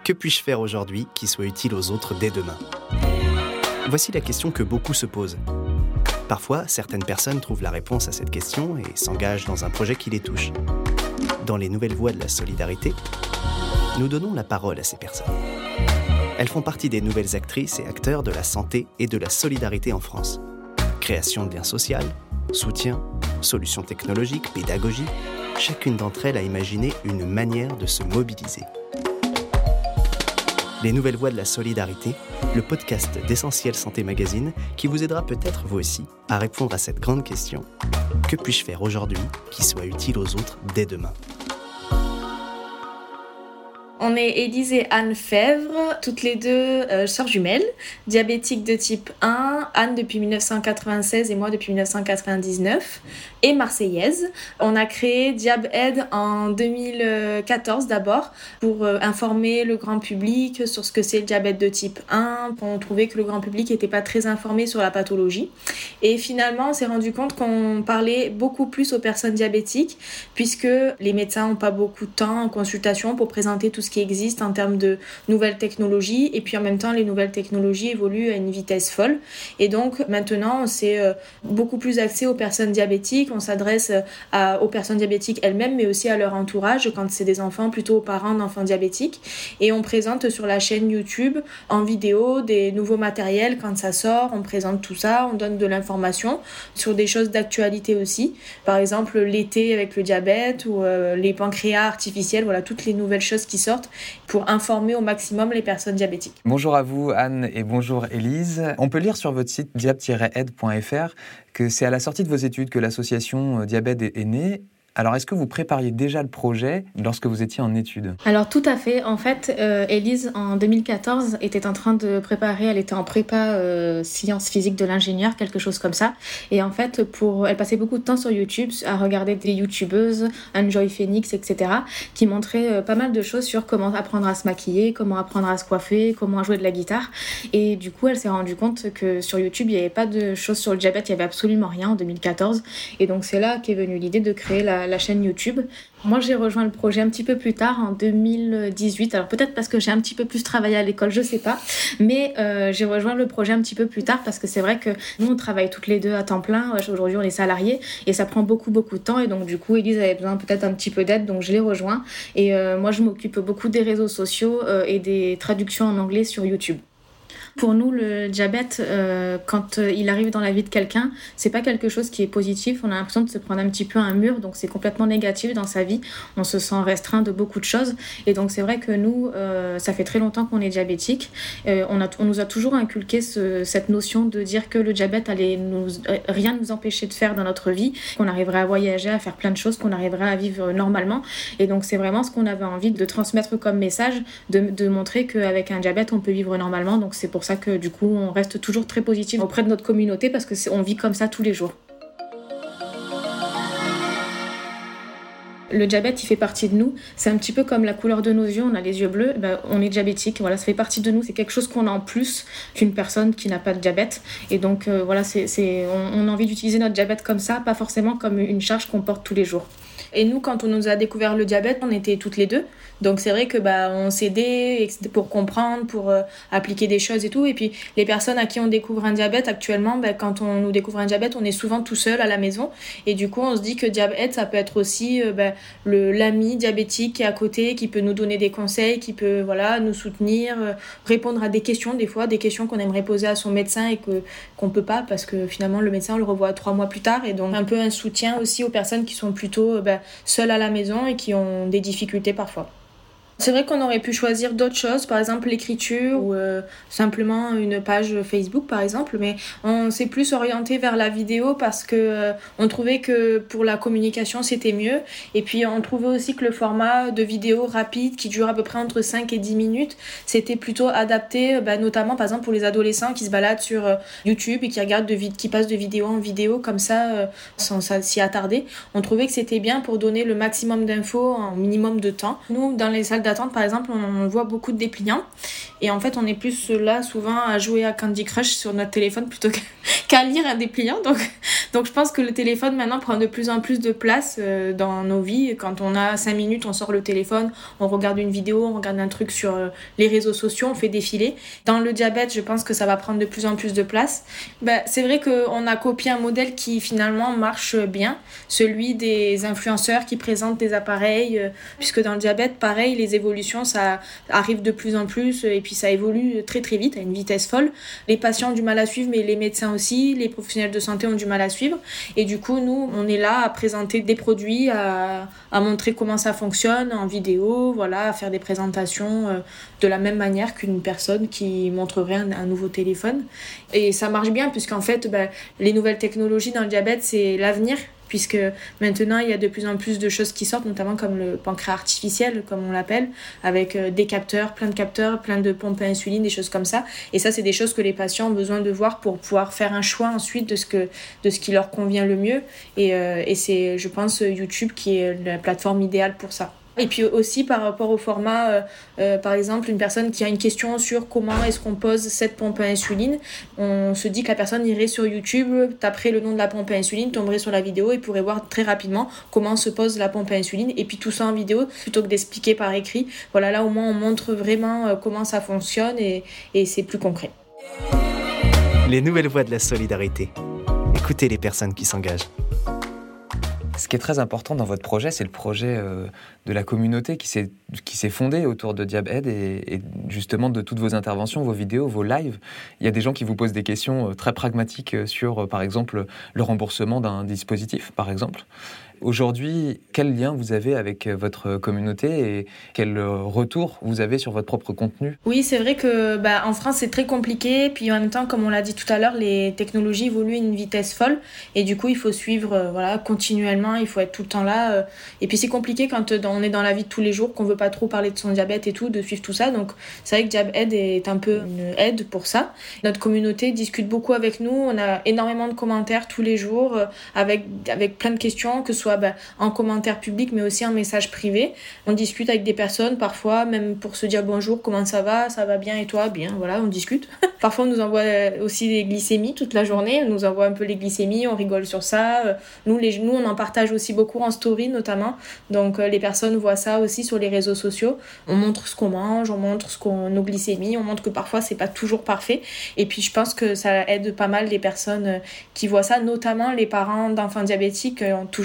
Que puis-je faire aujourd'hui qui soit utile aux autres dès demain ? Voici la question que beaucoup se posent. Parfois, certaines personnes trouvent la réponse à cette question et s'engagent dans un projet qui les touche. Dans les Nouvelles Voix de la Solidarité, nous donnons la parole à ces personnes. Elles font partie des nouvelles actrices et acteurs de la santé et de la solidarité en France. Création de liens sociaux, soutien, solutions technologiques, pédagogie, chacune d'entre elles a imaginé une manière de se mobiliser. Les Nouvelles Voix de la Solidarité, le podcast d'Essentiel Santé Magazine qui vous aidera peut-être vous aussi à répondre à cette grande question. Que puis-je faire aujourd'hui qui soit utile aux autres dès demain ? On est Élise et Anne Fèvre, toutes les deux sœurs jumelles, diabétiques de type 1, Anne depuis 1996 et moi depuis 1999, et marseillaises. On a créé DiabAide en 2014 d'abord pour informer le grand public sur ce que c'est le diabète de type 1. On trouvait que le grand public n'était pas très informé sur la pathologie. Et finalement, on s'est rendu compte qu'on parlait beaucoup plus aux personnes diabétiques puisque les médecins n'ont pas beaucoup de temps en consultation pour présenter tout ce qui existe en termes de nouvelles technologies, et puis en même temps les nouvelles technologies évoluent à une vitesse folle, et donc maintenant on s'est beaucoup plus axé aux personnes diabétiques. On s'adresse aux personnes diabétiques elles-mêmes mais aussi à leur entourage quand c'est des enfants, plutôt aux parents d'enfants diabétiques, et on présente sur la chaîne YouTube en vidéo des nouveaux matériels quand ça sort. On présente tout ça, on donne de l'information sur des choses d'actualité aussi, par exemple l'été avec le diabète ou les pancréas artificiels, voilà toutes les nouvelles choses qui sortent pour informer au maximum les personnes diabétiques. Bonjour à vous Anne et bonjour Élise. On peut lire sur votre site diab-aide.fr que c'est à la sortie de vos études que l'association DiabAide est née. Alors, est-ce que vous prépariez déjà le projet lorsque vous étiez en études ? Alors, tout à fait. En fait, Élise, en 2014, était en train de préparer, elle était en prépa sciences physiques de l'ingénieur, quelque chose comme ça. Et en fait, elle passait beaucoup de temps sur YouTube à regarder des youtubeuses, Enjoy Phoenix, etc., qui montraient pas mal de choses sur comment apprendre à se maquiller, comment apprendre à se coiffer, comment jouer de la guitare. Et du coup, elle s'est rendue compte que sur YouTube, il n'y avait pas de choses sur le diabète, il n'y avait absolument rien en 2014. Et donc, c'est là qu'est venue l'idée de créer la chaîne YouTube. Moi, j'ai rejoint le projet un petit peu plus tard, en 2018. Alors peut-être parce que j'ai un petit peu plus travaillé à l'école, je sais pas. Mais j'ai rejoint le projet un petit peu plus tard parce que c'est vrai que nous, on travaille toutes les deux à temps plein. Aujourd'hui, on est salariés et ça prend beaucoup de temps. Et donc, du coup, Élise avait besoin peut-être un petit peu d'aide, donc je l'ai rejoint. Et moi, je m'occupe beaucoup des réseaux sociaux et des traductions en anglais sur YouTube. Pour nous, le diabète, quand il arrive dans la vie de quelqu'un, c'est pas quelque chose qui est positif. On a l'impression de se prendre un petit peu un mur, donc c'est complètement négatif dans sa vie. On se sent restreint de beaucoup de choses. Et donc c'est vrai que nous, ça fait très longtemps qu'on est diabétique. On nous a toujours inculqué cette notion de dire que le diabète allait rien nous empêcher de faire dans notre vie, qu'on arriverait à voyager, à faire plein de choses, qu'on arriverait à vivre normalement. Et donc c'est vraiment ce qu'on avait envie de transmettre comme message, de montrer qu'avec un diabète, on peut vivre normalement. Donc c'est pour ça que du coup on reste toujours très positif auprès de notre communauté parce qu'on vit comme ça tous les jours. Le diabète, il fait partie de nous. C'est un petit peu comme la couleur de nos yeux. On a les yeux bleus, on est diabétique. Voilà, ça fait partie de nous. C'est quelque chose qu'on a en plus qu'une personne qui n'a pas de diabète. Et donc, voilà, on a envie d'utiliser notre diabète comme ça, pas forcément comme une charge qu'on porte tous les jours. Et nous, quand on nous a découvert le diabète, on était toutes les deux. Donc c'est vrai que on s'aidait pour comprendre, pour appliquer des choses et tout. Et puis les personnes à qui on découvre un diabète actuellement, quand on nous découvre un diabète, on est souvent tout seul à la maison. Et du coup, on se dit que DiabAide, ça peut être aussi l'ami diabétique qui est à côté, qui peut nous donner des conseils, qui peut nous soutenir, répondre à des questions, des fois, des questions qu'on aimerait poser à son médecin et qu'on peut pas parce que finalement le médecin on le revoit 3 mois plus tard. Et donc un peu un soutien aussi aux personnes qui sont plutôt seules à la maison et qui ont des difficultés parfois. C'est vrai qu'on aurait pu choisir d'autres choses, par exemple l'écriture ou simplement une page Facebook par exemple, mais on s'est plus orienté vers la vidéo parce que on trouvait que pour la communication c'était mieux, et puis on trouvait aussi que le format de vidéo rapide qui dure à peu près entre 5 et 10 minutes, c'était plutôt adapté notamment par exemple pour les adolescents qui se baladent sur YouTube et qui regardent qui passent de vidéo en vidéo comme ça sans s'y attarder. On trouvait que c'était bien pour donner le maximum d'infos en minimum de temps. Nous, dans les salles d'attente par exemple, on voit beaucoup de dépliants et en fait on est plus là souvent à jouer à Candy Crush sur notre téléphone plutôt que qu'à lire un dépliant. Donc je pense que le téléphone maintenant prend de plus en plus de place dans nos vies. Quand on a 5 minutes, on sort le téléphone, on regarde une vidéo, on regarde un truc sur les réseaux sociaux, on fait défiler. Dans le diabète, je pense que ça va prendre de plus en plus de place. C'est vrai qu'on a copié un modèle qui finalement marche bien, celui des influenceurs qui présentent des appareils, puisque dans le diabète, pareil, les évolutions, ça arrive de plus en plus et puis ça évolue très très vite, à une vitesse folle. Les patients ont du mal à suivre, mais les médecins aussi, les professionnels de santé ont du mal à suivre. Et du coup, nous, on est là à présenter des produits, à montrer comment ça fonctionne en vidéo, voilà, à faire des présentations de la même manière qu'une personne qui montrerait un nouveau téléphone. Et ça marche bien, puisqu'en fait, les nouvelles technologies dans le diabète, c'est l'avenir, puisque maintenant il y a de plus en plus de choses qui sortent, notamment comme le pancréas artificiel, comme on l'appelle, avec des capteurs, plein de pompes à insuline, des choses comme ça. Et ça, c'est des choses que les patients ont besoin de voir pour pouvoir faire un choix ensuite de ce qui leur convient le mieux. Et c'est, je pense, YouTube qui est la plateforme idéale pour ça. Et puis aussi par rapport au format, par exemple, une personne qui a une question sur comment est-ce qu'on pose cette pompe à insuline, on se dit que la personne irait sur YouTube, taperait le nom de la pompe à insuline, tomberait sur la vidéo et pourrait voir très rapidement comment se pose la pompe à insuline. Et puis tout ça en vidéo, plutôt que d'expliquer par écrit. Voilà, là au moins on montre vraiment comment ça fonctionne et c'est plus concret. Les nouvelles voies de la solidarité. Écoutez les personnes qui s'engagent. Ce qui est très important dans votre projet, c'est le projet de la communauté qui s'est fondée autour de Diab-Aid et justement de toutes vos interventions, vos vidéos, vos lives. Il y a des gens qui vous posent des questions très pragmatiques sur, par exemple, le remboursement d'un dispositif, par exemple. Aujourd'hui, quel lien vous avez avec votre communauté et quel retour vous avez sur votre propre contenu ? Oui, c'est vrai que en France, c'est très compliqué. Puis en même temps, comme on l'a dit tout à l'heure, les technologies évoluent à une vitesse folle. Et du coup, il faut suivre continuellement. Il faut être tout le temps là. Et puis c'est compliqué quand on est dans la vie de tous les jours, qu'on veut pas trop parler de son diabète et tout, de suivre tout ça. Donc c'est vrai que Diab-Aid est un peu une aide pour ça. Notre communauté discute beaucoup avec nous. On a énormément de commentaires tous les jours avec plein de questions, que ce soit en commentaire public mais aussi en message privé. On discute avec des personnes parfois même pour se dire bonjour, comment ça va bien et toi, bien, voilà, on discute. Parfois on nous envoie aussi des glycémies toute la journée, on nous envoie un peu les glycémies, on rigole sur ça. Nous on en partage aussi beaucoup en story notamment, donc les personnes voient ça aussi sur les réseaux sociaux. On montre ce qu'on mange, on montre nos glycémies, on montre que parfois c'est pas toujours parfait et puis je pense que ça aide pas mal les personnes qui voient ça, notamment les parents d'enfants diabétiques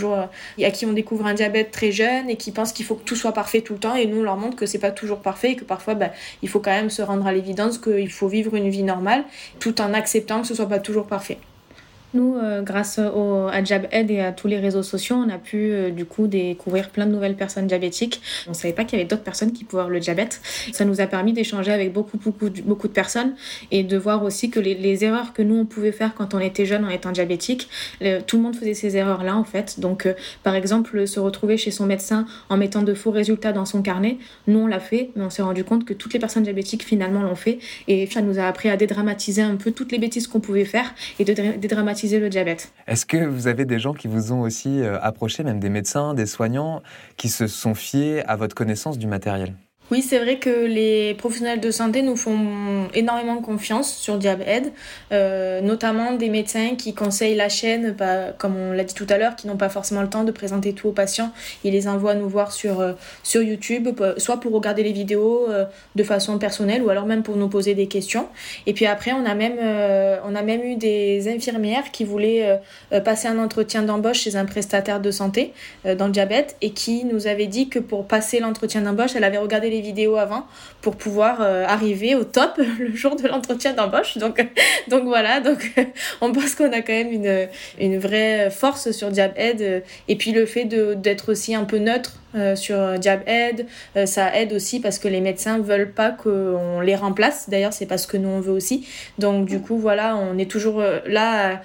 à qui on découvre un diabète très jeune et qui pensent qu'il faut que tout soit parfait tout le temps, et nous on leur montre que c'est pas toujours parfait et que parfois il faut quand même se rendre à l'évidence qu'il faut vivre une vie normale tout en acceptant que ce soit pas toujours parfait. Nous, grâce à Diab-Aid et à tous les réseaux sociaux, on a pu du coup découvrir plein de nouvelles personnes diabétiques. On ne savait pas qu'il y avait d'autres personnes qui pouvaient avoir le diabète. Ça nous a permis d'échanger avec beaucoup de personnes et de voir aussi que les erreurs que nous on pouvait faire quand on était jeune en étant diabétique, tout le monde faisait ces erreurs-là en fait. Donc par exemple, se retrouver chez son médecin en mettant de faux résultats dans son carnet, nous on l'a fait, mais on s'est rendu compte que toutes les personnes diabétiques finalement l'ont fait, et ça nous a appris à dédramatiser un peu toutes les bêtises qu'on pouvait faire et de dédramatiser le diabète. Est-ce que vous avez des gens qui vous ont aussi approché, même des médecins, des soignants, qui se sont fiés à votre connaissance du matériel ? Oui, c'est vrai que les professionnels de santé nous font énormément confiance sur Diab-Aid, notamment des médecins qui conseillent la chaîne, comme on l'a dit tout à l'heure, qui n'ont pas forcément le temps de présenter tout aux patients. Ils les envoient nous voir sur YouTube, soit pour regarder les vidéos de façon personnelle ou alors même pour nous poser des questions. Et puis après, on a même eu des infirmières qui voulaient passer un entretien d'embauche chez un prestataire de santé dans le diabète et qui nous avait dit que pour passer l'entretien d'embauche, elle avait regardé les vidéos avant pour pouvoir arriver au top le jour de l'entretien d'embauche. Donc voilà, on pense qu'on a quand même une vraie force sur Diab-Aid, et puis le fait d'être aussi un peu neutre sur Diab-Aid, ça aide aussi parce que les médecins veulent pas qu'on les remplace. D'ailleurs, c'est pas ce que nous on veut aussi. Donc du coup, voilà, on est toujours là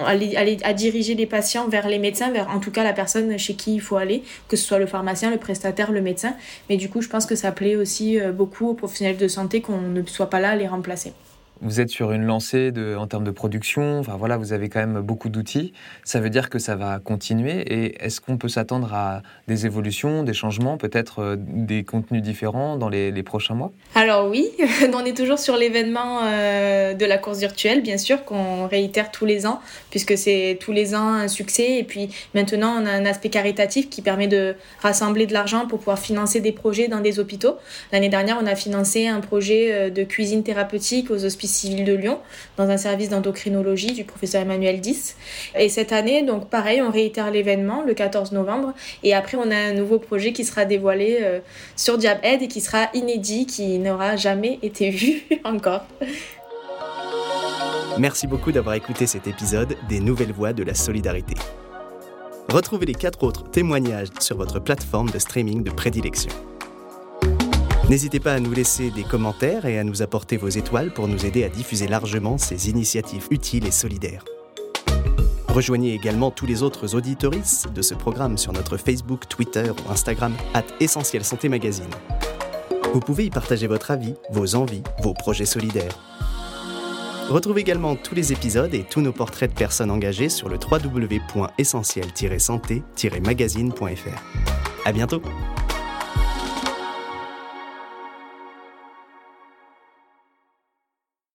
à diriger les patients vers les médecins, vers en tout cas la personne chez qui il faut aller, que ce soit le pharmacien, le prestataire, le médecin. Mais du coup, je pense que ça plaît aussi beaucoup aux professionnels de santé qu'on ne soit pas là à les remplacer. Vous êtes sur une lancée en termes de production, enfin voilà, vous avez quand même beaucoup d'outils. Ça veut dire que ça va continuer. Et est-ce qu'on peut s'attendre à des évolutions, des changements, peut-être des contenus différents dans les prochains mois ? Alors oui, on est toujours sur l'événement de la course virtuelle, bien sûr, qu'on réitère tous les ans, puisque c'est tous les ans un succès. Et puis maintenant, on a un aspect caritatif qui permet de rassembler de l'argent pour pouvoir financer des projets dans des hôpitaux. L'année dernière, on a financé un projet de cuisine thérapeutique aux hospices civils de Lyon, dans un service d'endocrinologie du professeur Emmanuel Dys. Et cette année, donc pareil, on réitère l'événement le 14 novembre. Et après, on a un nouveau projet qui sera dévoilé sur Diabed et qui sera inédit, qui n'aura jamais été vu encore. Merci beaucoup d'avoir écouté cet épisode des Nouvelles Voix de la Solidarité. Retrouvez les 4 autres témoignages sur votre plateforme de streaming de prédilection. N'hésitez pas à nous laisser des commentaires et à nous apporter vos étoiles pour nous aider à diffuser largement ces initiatives utiles et solidaires. Rejoignez également tous les autres auditoristes de ce programme sur notre Facebook, Twitter ou Instagram @Essentiel Santé Magazine. Vous pouvez y partager votre avis, vos envies, vos projets solidaires. Retrouvez également tous les épisodes et tous nos portraits de personnes engagées sur le www.essentiel-santé-magazine.fr. À bientôt!